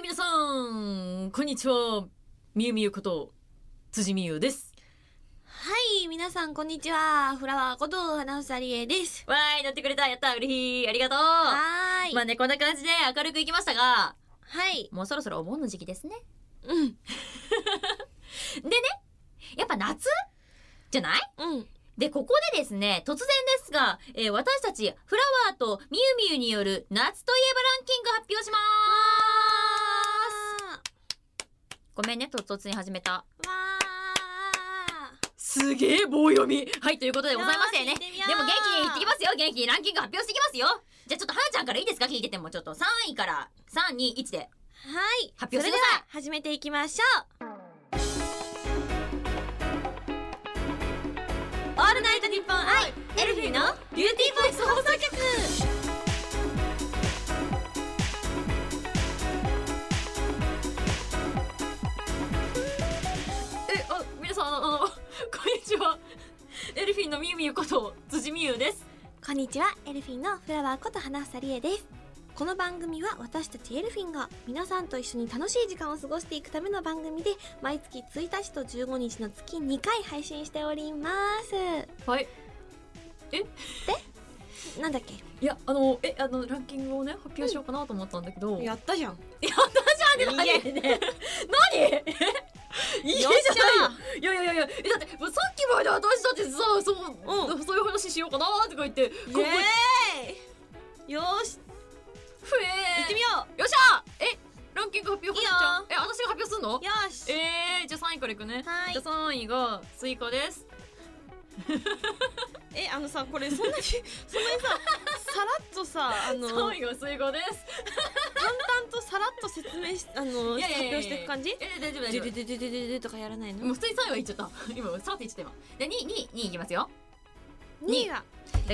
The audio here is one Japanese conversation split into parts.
皆さんこんにちは。みゆみゆこと辻みゆです。 はい、皆さんこんにちは。フラワーこと花房理恵です。 わーい、乗ってくれた。やった、嬉しい、ありがとう。 はーい。 まあね、こんな感じで明るくいきましたが、 はい。 もうそろそろお盆の時期ですね。 うん。 でね、やっぱ夏じゃない？ うん。 で、ここでですね、突然ですが、私たちフラワーとみゆみゆによる夏といえばランキング発表しまーす。ごめんね、突然始めた。 わすげえ棒読み。はい、ということでございましてね。 よーし行ってみよう。 でも元気にいってきますよ。元気にランキング発表していきますよ。じゃあちょっと花ちゃんからいいですか？聞いててもちょっと3位から3、2、1でー。はい。 発表してください。 それでは始めていきましょう。オールナイトニッポン愛エルフィーのビューティーボイス放送局。 皆さんこんにちは。エルフィンのみゆみゆこと辻みゆです。 こんにちは、エルフィンのフラワーこと花房理恵です。この番組は私たちエルフィンが皆さんと一緒に楽しい時間を過ごしていくための番組で、毎月1日と15日の月2回配信しております。 はい。 なんだっけ？ いやランキングをね発表しようかなと思ったんだけど、 やったじゃん。 やったじゃんって何？何？いいじゃないよ。いやだってさっきまで私だってさそういう話しようかなとか言ってイエーイ。よーし、 ふえー行ってみよう。 よっしゃー。ランキング発表いいよちゃん。私が発表すんの？ よし。 じゃあ3位からいくね。 はい。 じゃあ3位がスイカです。 さ、これそんなにささらっとさ 3位がスイカです。 淡々とさらっと説明し発表していく感じ？ 大丈夫でとかやらないの？ もう普通に3位は言っちゃった。今さらって言っちゃった今で2位いきますよ。 2位がフ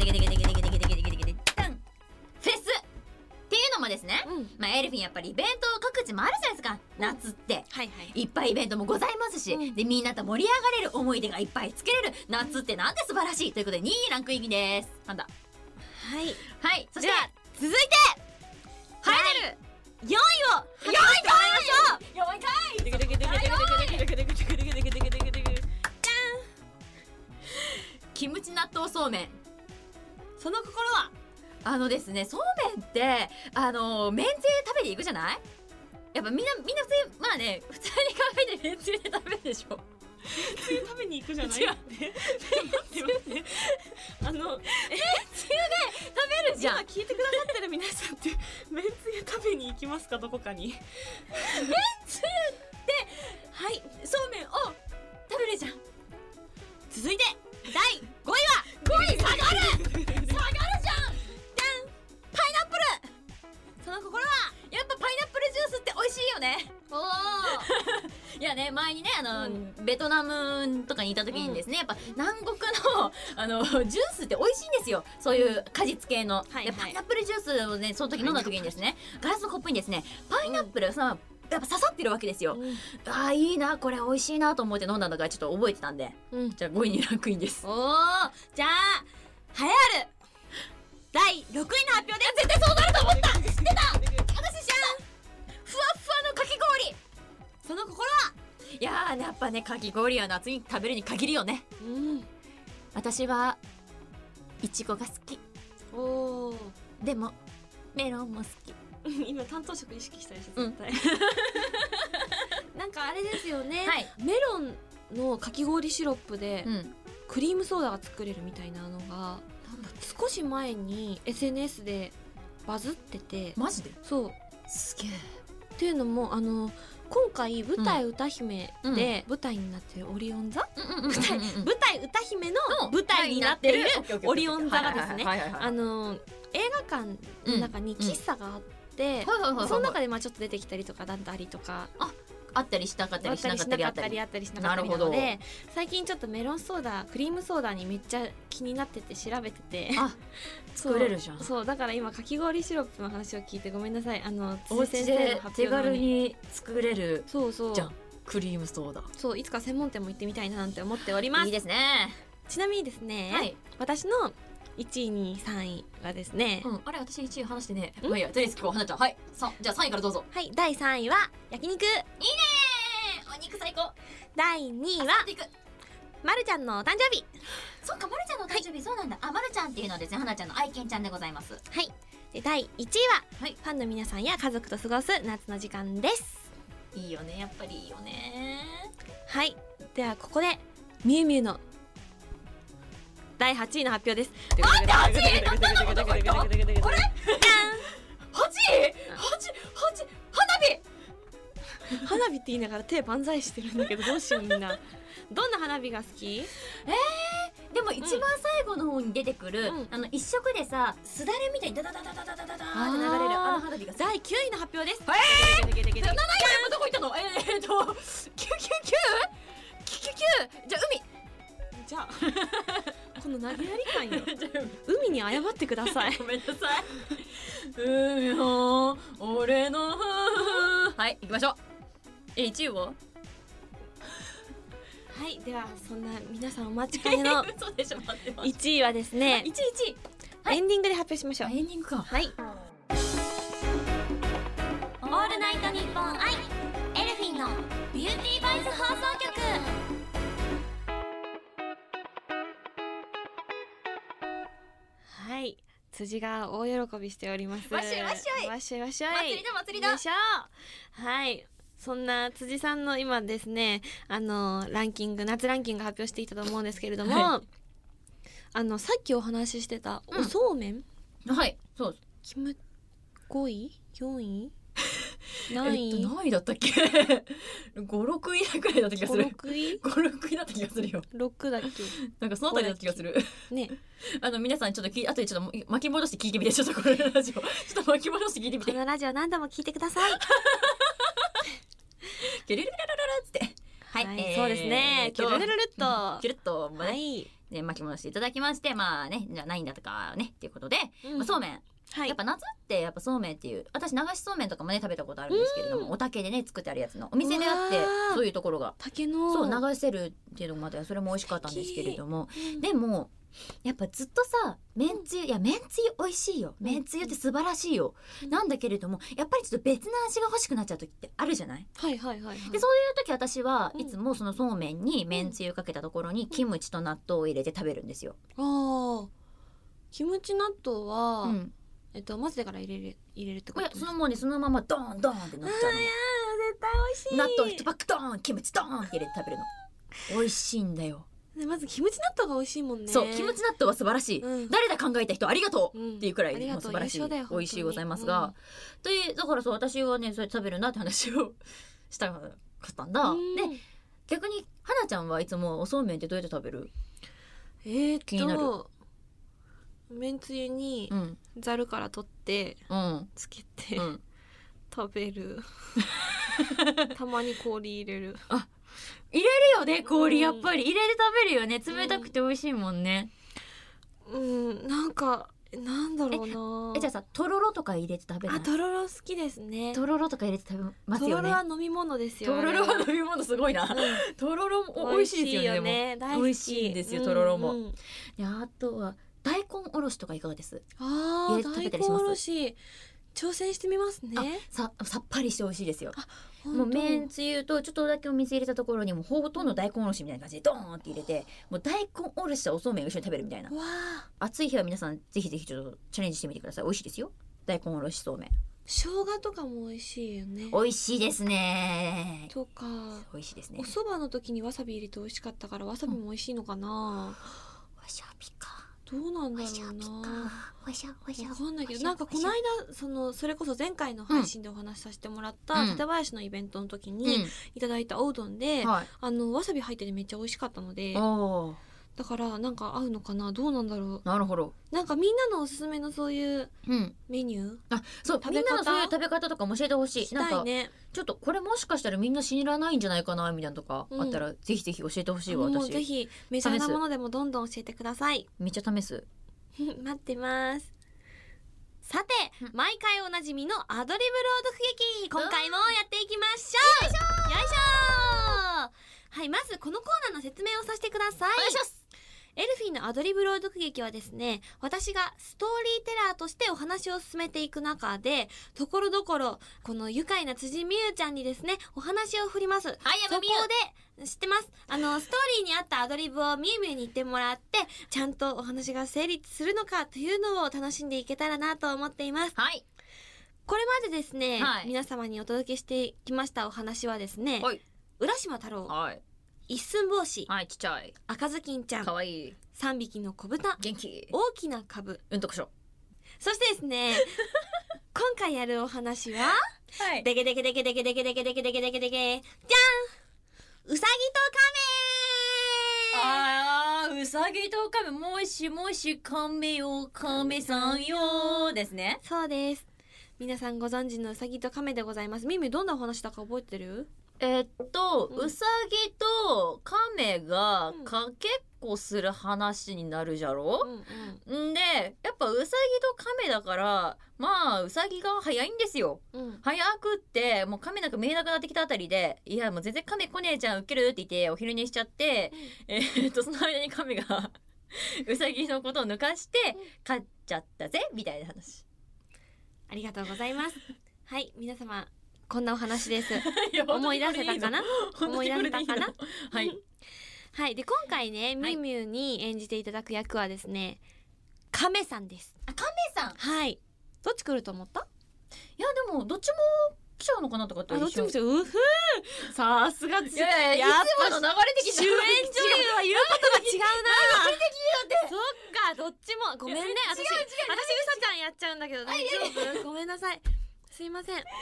ェスっていうのもですね、まあエルフィンやっぱりイベント各地もあるじゃないですか、夏って。 はいはい。 いっぱいイベントもございますし、でみんなと盛り上がれる思い出がいっぱい作れる夏ってなんて素晴らしいということで2位ランクインです。なんだ。 はいはい。そして続いて栄える 4位を 4位かい4位かいキムチ納豆そうめん。 その心はですね、そうめんってめんつゆで食べていくじゃない？やっぱみんな普通にまあね、普通に考えてめんつゆで食べるでしょ。 つゆ食べに行くじゃない？ 違う。 めんつゆで食べるじゃん。 今聞いてくださってる皆さんってめんつゆ食べに行きますか？どこかに。めんつゆってはいそうめんを食べるじゃん。 続いて第5位は 5位下がる下がるじゃん。 パイナップル。その心はやっぱパイナップルジュースって美味しいよね。 おいやね、前にねベトナムとかにいた時にですね、やっぱ南国のジュースって美味しいんですよ。そういう果実系の、でパイナップルジュースをねその時飲んだ時にですね、ガラスのコップにですねパイナップルやっぱ刺さってるわけですよ。あーいいなこれ美味しいなと思って飲んだのがちょっと覚えてたんで、じゃあ5位にランクインです。 じゃあ栄えある第6位の発表です。 絶対そうなると思った。知ってた。私知った。ふわふわのかき氷。 その心は？ いやーね、やっぱねかき氷は夏に食べるに限るよね。私はいちごが好き。でもメロンも好き。 今担当職意識したでしょ絶対。なんかあれですよね、メロンのかき氷シロップでクリームソーダが作れるみたいなのが少し前に SNS でバズってて。 マジで？ そうすげえ。 っていうのも今回舞台歌姫で舞台になってるオリオン座、舞台歌姫の舞台になってるオリオン座がですね、映画館の中に喫茶があって、その中でまあちょっと出てきたりとかだったりとかあったりしなかったりしなかったりあったりしなかったりなので、最近ちょっとメロンソーダクリームソーダにめっちゃ気になってて調べてて、 作れるじゃん。 そうだから今かき氷シロップの話を聞いてごめんなさい。 お家で手軽に作れるじゃんクリームソーダ。 そういつか専門店も行ってみたいななんて思っております。 いいですね。 ちなみにですね、私の 1位2位3位はですね、 あれ私1位話してね。まあいいや、とりあえず今日はなちゃん、はい、じゃあ3位からどうぞ。 はい、第3位は焼肉。いいねー、お肉最高。 第2位はまるちゃんの誕生日。 そっか、まるちゃんの誕生日、そうなんだ。まるちゃんっていうのはですね、はなちゃんの愛犬ちゃんでございます。 はい。で第1位は、ファンの皆さんや家族と過ごす夏の時間です。 いいよね、やっぱりいいよね。 はい、ではここでみゆみゆの第8位の発表です。 なんで8位？なんでこれ？8位？花火？ 花火って言いながら手万歳してるんだけど、どうしようみんな。どんな花火が好き？ でも一番最後の方に出てくる、一色でさ、すだれみたいにダダダダダダダダダって流れるあの花火が第9位の発表です。 7位はどこ行ったの？じゃあじゃあこの投げやり感よ。海に謝ってください。 ごめんなさい。海の俺のはい、行きましょう。1位は？ はい、ではそんな皆さんお待ちかねの1位はですね、エンディングで発表しましょう。 エンディングか。 はい。オールナイトニッポンアイエルフィンのビューティーバイス放送局。はい、辻が大喜びしております。 わっしょいわっしょいわっしょいわっしょい。 祭りだ祭りだ。 よいしょ。はい。そんな辻さんの今ですね、ランキング、夏ランキング発表していたと思うんですけれども、さっきお話ししてたおそうめん、 はい、そうです。 キム5位 ?4 位何位？ 何位だったっけ？5、6位くらいだった気がする。5、6位だった気がするよ。 6だっけ？ なんかそのあたりだった気がする。 ね。 皆さんちょっと後でちょっと巻き戻して聞いてみて、ちょっとこのラジオちょっと巻き戻して聞いてみて。 このラジオ何度も聞いてください。 キュルルルルルルって。はい、 そうですね。キュルルルルっと。 キュルッとね、巻き戻していただきまして、まあね、じゃないんだとかねっていうことで、そうめん。やっぱ夏ってやっぱそうめんっていう、私流しそうめんとかもね食べたことあるんですけれども、お竹でね作ってあるやつのお店であって、そういうところが竹のそう流せるっていうのもまたそれも美味しかったんですけれども、でもやっぱずっとさ、めんつゆ、いやめんつゆ美味しいよ、めんつゆって素晴らしいよ、なんだけれどもやっぱりちょっと別な味が欲しくなっちゃう時ってあるじゃない。でそういう時私はいつもそのそうめんにめんつゆかけたところにキムチと納豆を入れて食べるんですよ。 キムチ納豆は、混ぜてから入れるってこと？ いや、そのもうね、そのままドーンドーンって乗っちゃうの。 絶対美味しい。 納豆1パックドーン、キムチドーンって入れて食べるの。美味しいんだよ。 まずキムチ納豆が美味しいもんね。 そう、キムチ納豆は素晴らしい。誰だ考えた人ありがとうっていうくらい素晴らしい、美味しいございますが。で、だからそう、私はね、それ食べるなって話をしたかったんだ。で、逆にはなちゃんはいつもおそうめんってどうやって食べる？気になる。 めんつゆにざるから取ってつけて食べる。たまに氷入れる。 入れるよね、氷。やっぱり入れて食べるよね。冷たくて美味しいもんね。 なんかなんだろうな。 じゃあさ、とろろとか入れて食べる？ とろろ好きですね。 とろろとか入れて食べますよね。 とろろは飲み物ですよ。 とろろは飲み物、すごいな。とろろも美味しいですよね。美味しいんですよ、とろろも。あとは大根おろしとかいかがです？ 大根おろし挑戦してみますね。 さっぱりして美味しいですよ。もうめんつゆとちょっとだけお水入れたところにもほとんど大根おろしみたいな感じでドーンって入れて、もう大根おろしとおそうめんを一緒に食べるみたいな。暑い日は皆さんぜひぜひちょっとチャレンジしてみてください。美味しいですよ、大根おろしそうめん。 生姜とかも美味しいよね。 美味しいですね。 とか美味しいですね。 お蕎麦の時にわさび入れて美味しかったからわさびも美味しいのかな。 わしゃびか。 どうなんだろうな。わかんないけど、なんかこの間それこそ前回の配信でお話しさせてもらった館林のイベントの時にいただいたおうどんで、わさび入っててめっちゃ美味しかったので、だからなんか合うのかな。どうなんだろう。 なるほど。 なんかみんなのおすすめのそういうメニュー、 そう、みんなのそういう食べ方とかも教えてほしい。なんかちょっとこれもしかしたらみんな知らないんじゃないかなみたいなとかあったら、ぜひぜひ教えてほしいわ。私ぜひメジャーなものでもどんどん教えてください。 めっちゃ試す。 待ってます。さて、毎回おなじみのアドリブ朗読劇、今回もやっていきましょう。よいしょ。はい、まずこのコーナーの説明をさせてください。お願いします。 エルフィンのアドリブ朗読劇はですね、私がストーリーテラーとしてお話を進めていく中で、ところどころこの愉快な辻美優ちゃんにですね、お話を振ります。そこで知ってます。ストーリーに合ったアドリブをみゆみゆに言ってもらって、ちゃんとお話が成立するのかというのを楽しんでいけたらなと思っています。 はい。 これまでですね、皆様にお届けしてきましたお話はですね、浦島太郎、一寸法師、 ちっちゃい赤ずきんちゃん、 かわいい 3匹の子豚、 元気、 大きな株、 読書。そしてですね今回やるお話は、でけでけでけでけでけでけでけでけでけでけ、じゃん、うさぎと亀。 うさぎと亀、もしもし亀よ亀さんよですね。 そうです。皆さんご存知のうさぎと亀でございます。ミミどんなお話だか覚えてる？ うさぎと亀がかけっこする話になるじゃろ、んでやっぱうさぎと亀だからまあうさぎが早いんですよ、早くってもう亀なんか見えなくなってきたあたりでいやもう全然亀来ねえじゃんウケるって言ってお昼寝しちゃって、その間に亀がうさぎのことを抜かして勝っちゃったぜみたいな話。 ありがとうございます。はい、皆様こんなお話です。思い出せたかな？思い出せたかな？ はい。 はい。で、今回ね、みみゅに演じていただく役はですね、亀さんです。 亀さん。 はい。どっち来ると思った？ いや、でも、どっちも来ちゃうのかなとかってどっちも来ちゃう。うふー。さすがいやいや、いつもの流れ的主演女優は言うことが違うな。 流れ的そっか、どっちも。ごめんね。私、うさちゃんやっちゃうんだけど、大丈夫？ごめんなさい。すいません。違うよ。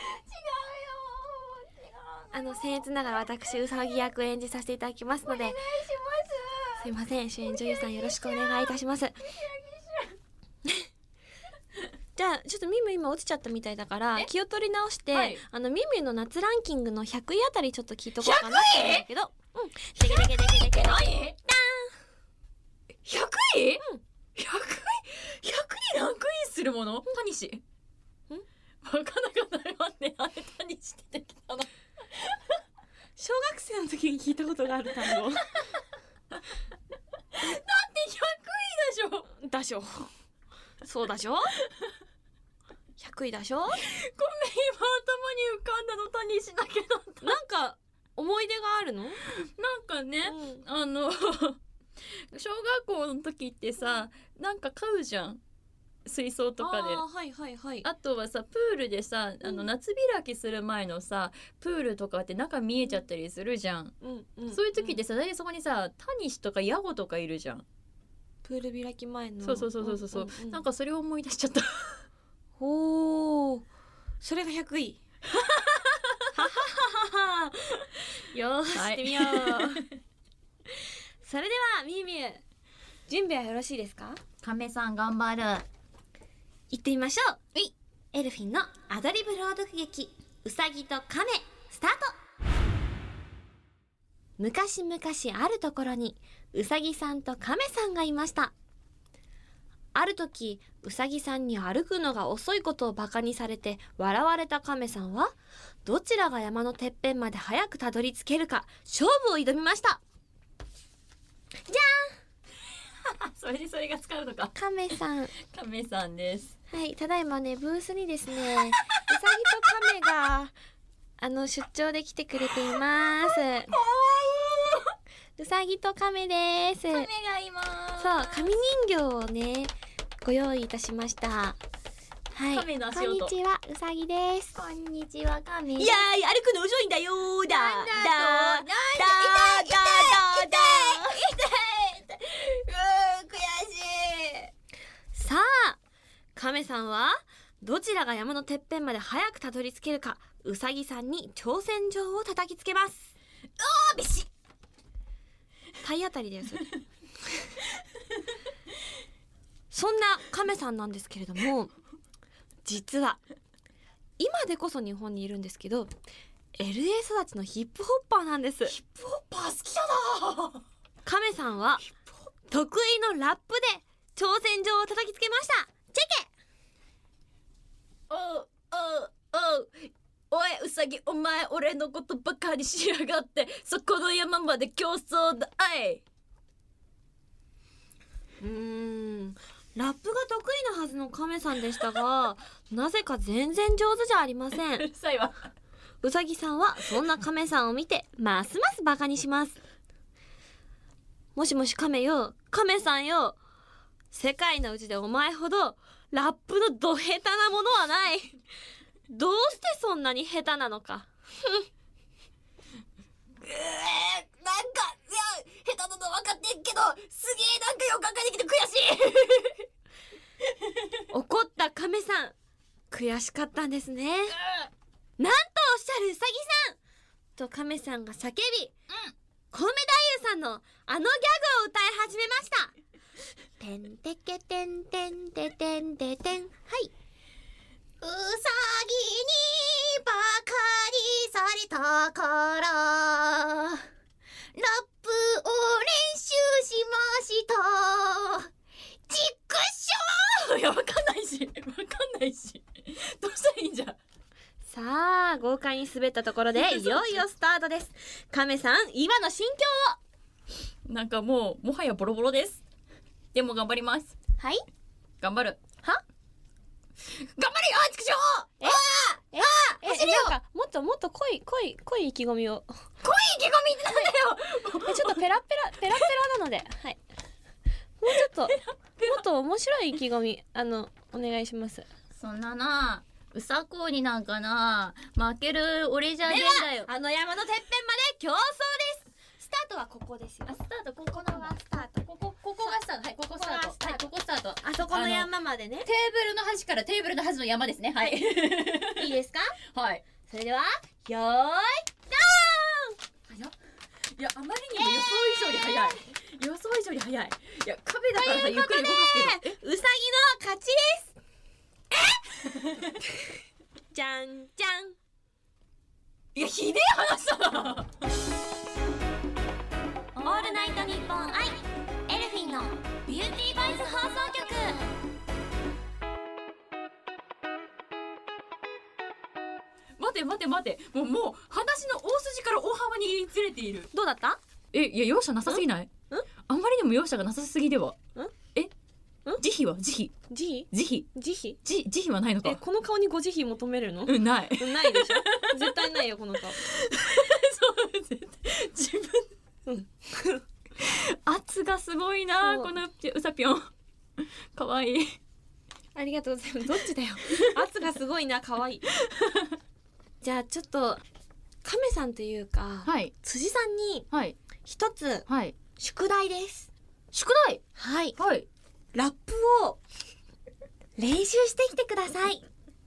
僭越ながら私うさぎ役を演じさせていただきますので、お願いします。すいません、主演女優さんよろしくお願いいたします。じゃあちょっとミミ今落ちちゃったみたいだから気を取り直して、ミミの夏ランキングの100位あたりちょっと聞いとこうかなと思うんだけど、でけでけでけでけ何？ダーン。 100位？100位ランクインするもの？タニシ。わかんなかったよね。あれタニシ出てきたの。 小学生の時に聞いたことがある単語。だって 100位でしょ。 だしょ。そうだしょ。100位だしょ。ごめん、今頭に浮かんだのタニシだけど。 なんか思い出があるの？ なんかね、小学校の時ってさ、なんか買うじゃん。水槽とかで。あとはさプールでさ夏開きする前のさプールとかって中見えちゃったりするじゃん、そういう時ってさ大体そこにさタニシとかヤゴとかいるじゃん、 プール開き前の。 そう、なんかそれを思い出しちゃった。 おー、それが100位。よーし、行ってみよう。それではみゆみゆ準備はよろしいですか？ 亀さん頑張る。 行ってみましょう。エルフィンのアドリブ朗読劇うさぎと亀スタート。昔々あるところにうさぎさんと亀さんがいました。ある時うさぎさんに歩くのが遅いことをバカにされて笑われた亀さんはどちらが山のてっぺんまで早くたどり着けるか勝負を挑みました。じゃーん。 それでそれが使うのか。 亀さんです。 はい、ただいまねブースにですねうさぎと亀が出張で来てくれています。かわいい。うさぎと亀です。 亀がいます。 そう、紙人形をねご用意いたしました。はい、こんにちは、うさぎです。 こんにちは、亀。 いやー、歩くの遅いんだよー。痛い。悔しい。さあ、亀さんはどちらが山のてっぺんまで早くたどり着けるか、うさぎさんに挑戦状を叩きつけます。 ビシッ。 体当たりです。そんな亀さんなんですけれども、実は今でこそ日本にいるんですけど LA 育ちのヒップホッパーなんです。 ヒップホッパー好きだな。 亀さんは得意のラップで挑戦状を叩きつけました。チェケ。 おいうさぎ、お前俺のことバカにしやがって、そこの山まで競争だ。 ラップが得意なはずの亀さんでしたがなぜか全然上手じゃありません。 うるさいわ。 うさぎさんはそんな亀さんを見てますますバカにします。もしもし亀よ、亀さんよ、世界のうちでお前ほどラップのど下手なものはない。どうしてそんなに下手なのか。 なんかいや下手なの分かってんけど、すげえなんかよく考えてきて悔しい。 怒った亀さん、悔しかったんですね。なんとおっしゃるうさぎさんと亀さんが叫び、コウメ太夫さんのあのギャグを歌い始めました。てんてけてんてんててんててん。はい。 うさぎにバカにされたからラップを練習しました。ちくしょー。いやわかんないしどうしたらいいんじゃ。 さあ豪快に滑ったところでいよいよスタートです。亀さん、今の心境を。なんかもはやボロボロです。でも頑張ります。 はい、 頑張る。 は頑張るよちくしょー。 なんかもっと濃い意気込みを。 濃い意気込みってなんだよ。ちょっとペラペラなので、はい。もうちょっともっと面白い意気込みお願いします。 そんななうさこになんかな負ける俺じゃねえんだよ。 あの山のてっぺんまで競争です。スタートはここですよ。 スタートここがスタート。 ここがスタート。はい、ここスタート。はい、ここスタート。 あそこの山までね。 テーブルの端からテーブルの端の山ですね。はい。 いいですか？ はい。 それではよーい、ドーン。 いや、あまりにも予想以上に早い。いや、壁だからさゆっくり動かすけど。 うさぎの勝ちです。じゃんじゃん。 いや、ひでえ話だな。 オールナイトニッポンアイエルフィンのビューティーバイス放送局。 待てもう話の大筋から大幅にずれている。 どうだった？ いや容赦なさすぎない？あんまりにも容赦がなさすぎでは？慈悲は慈悲はないのか。 この顔にご慈悲求めるの？ ないないでしょ。絶対ないよこの顔。 そう自分圧がすごいなこのうさぴょん。かわいい。 ありがとうございます。どっちだよ。圧がすごいな、かわいい。じゃあちょっと亀さんというか、辻さんに一つ宿題です。 宿題？ はい。 はい。 ラップを練習してきてください。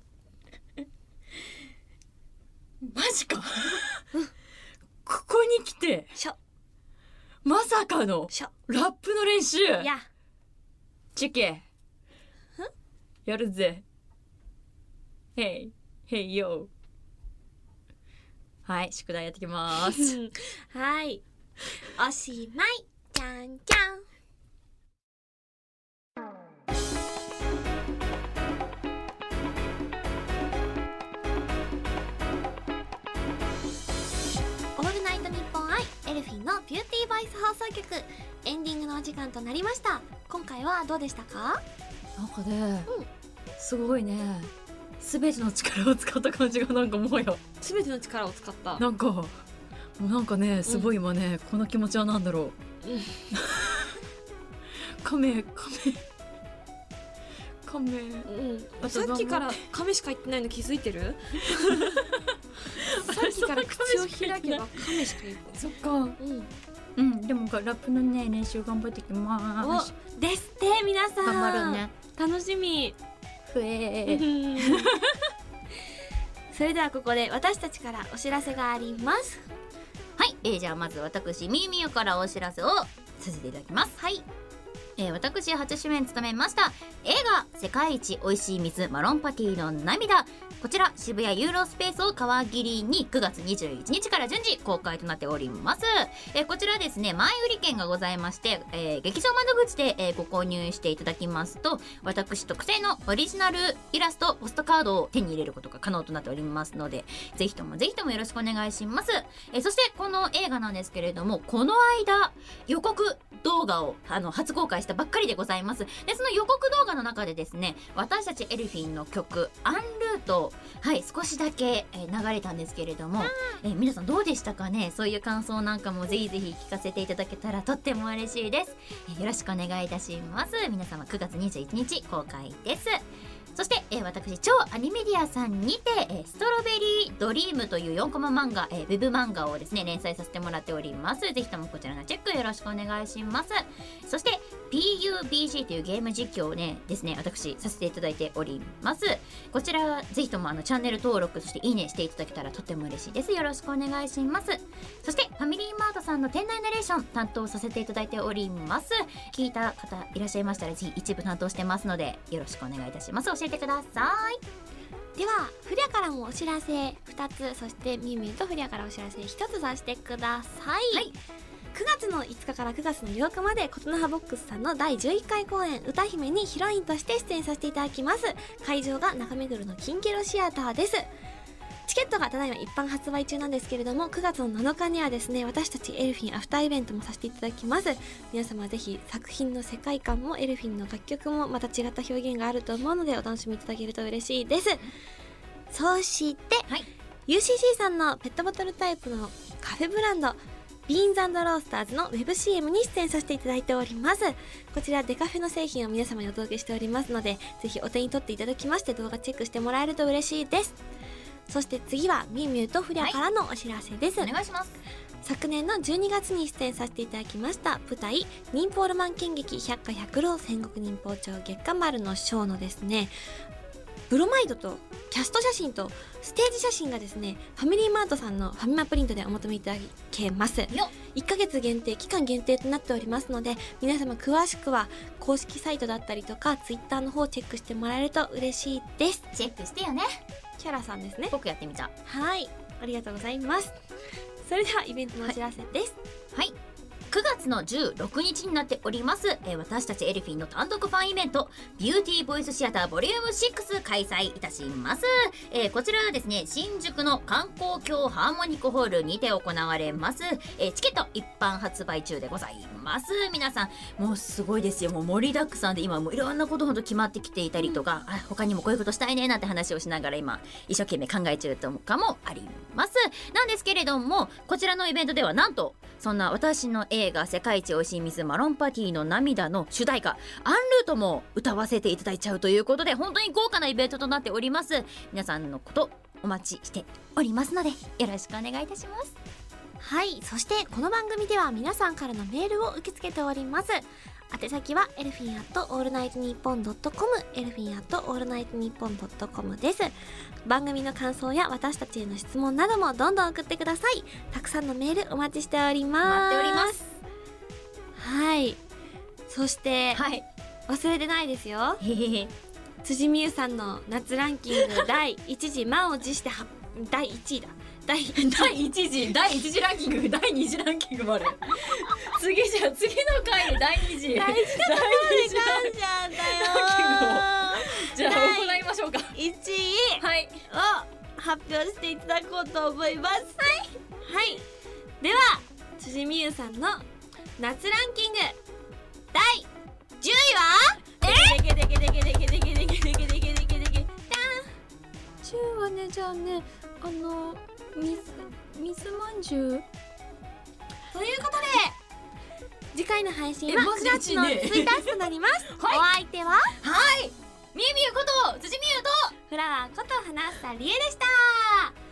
マジか。ここに来てまさかのラップの練習。チェケやるぜ。ヘイヨー。はい、宿題やってきます。 はい。おしまい。じゃんじゃん。オールナイトニッポンアイエルフィンのビューティーバイス放送局、エンディングのお時間となりました。今回はどうでしたか？ なんかね、すごいね。すべての力を使った感じがなんかもはや。 すべての力を使った。 なんかね、すごい今ね、この気持ちはなんだろう。亀。 さっきから亀しか言ってないの気づいてる？さっきから口を開けば亀しか言ってない。 そっか。でもラップのね練習頑張ってきます。 ですって皆さん。 頑張るね。 楽しみ。 それではここで私たちからお知らせがあります。 はい、じゃあまず私みゆからお知らせをさせていただきます。 はい。 私初主演務めました映画世界一おいしい水マロンパティの涙、 こちら渋谷ユーロスペースを皮切りに9月21日から順次公開となっております。こちらですね、前売り券がございまして、劇場窓口で、ご購入していただきますと、私特製のオリジナルイラストポストカードを手に入れることが可能となっておりますので、ぜひともよろしくお願いします。そしてこの映画なんですけれども、この間予告動画を初公開したばっかりでございます。でその予告動画の中でですね、私たちエルフィンの曲アンルート、少しだけ、流れたんですけれども、皆さんどうでしたかね。そういう感想なんかもぜひぜひ聞かせていただけたらとっても嬉しいです。よろしくお願いいたします。皆様9月21日公開です。そして、私超アニメディアさんにて、ストロベリードリームという4コマ漫画、ウェブ漫画をですね連載させてもらっております。ぜひともこちらのチェックよろしくお願いします。そして PUBG というゲーム実況をねですね、私させていただいております。こちらぜひともチャンネル登録、そしていいねしていただけたらとっても嬉しいです。よろしくお願いします。そしてファミリーマートさんの店内ナレーション担当させていただいております。聞いた方いらっしゃいましたら、ぜひ一部担当してますのでよろしくお願いいたします。教えてください。 ではフリアからもお知らせ2つ、そしてみゆみゆとフリアからお知らせ1つさせてください。9月の5日から9月の8日まで琴ノ葉ボックスさんの第11回公演歌姫にヒロインとして出演させていただきます。会場が中目黒のキンケロシアターです。チケットがただいま一般発売中なんですけれども、9月の7日にはですね、私たちエルフィンアフターイベントもさせていただきます。皆様ぜひ作品の世界観もエルフィンの楽曲もまた違った表現があると思うのでお楽しみいただけると嬉しいです。そして、UCC さんのペットボトルタイプのカフェブランドビーンズ&ロースターズのウェブ CM に出演させていただいております。こちらデカフェの製品を皆様にお届けしておりますので、ぜひお手に取っていただきまして動画チェックしてもらえると嬉しいです。そして次はみゆみゆとフリアからのお知らせです。 お願いします。 昨年の12月に出演させていただきました舞台忍法ロマン剣劇百花百浪戦国忍法帳月刊丸のショーのですね、ブロマイドとキャスト写真とステージ写真がですね、ファミリーマートさんのファミマプリントでお求めいただけます。1ヶ月限定、期間限定となっておりますので、皆様詳しくは公式サイトだったりとかツイッターの方をチェックしてもらえると嬉しいです。 チェックしてよね。 キャラさんですね。 僕やってみた。 はい、ありがとうございます。それではイベントのお知らせです。 9月の16日になっております、私たちエルフィンの単独ファンイベントビューティーボイスシアターボリューム6開催いたします。こちらはですね、新宿の観光協ハーモニックホールにて行われます。チケット一般発売中でございます。皆さんもうすごいですよ。もう盛りだくさんで今もういろんなことほんと決まってきていたりとか、他にもこういうことしたいねなんて話をしながら今一生懸命考え中とかもあります。なんですけれども、こちらのイベントではなんとそんな私の映画世界一おいしい水マロンパティの涙の主題歌アンルートも歌わせていただいちゃうということで、本当に豪華なイベントとなっております。皆さんのことお待ちしておりますのでよろしくお願いいたします。 はい、そしてこの番組では皆さんからのメールを受け付けております。宛先はエルフィン@allnightnippon.com、エルフィン@allnightnippon.com です。番組の感想や私たちへの質問などもどんどん送ってください。たくさんのメールお待ちしております。 待っております。 はい、そして、忘れてないですよ。辻美優さんの夏ランキング第1次満を持して第1位だ。第1次ランキング第2次ランキングもある。 次の回で第2次大事なところで噛んじゃったよ。 じゃあ行いましょうか。 1位を発表していただこうと思います。では辻美優さんの夏ランキング第10位は10はね、じゃあね、水まんじゅうということで次回の配信は9月の1日となります。お相手はみゆみゆこと辻美優とフラワーこと花房理恵でした。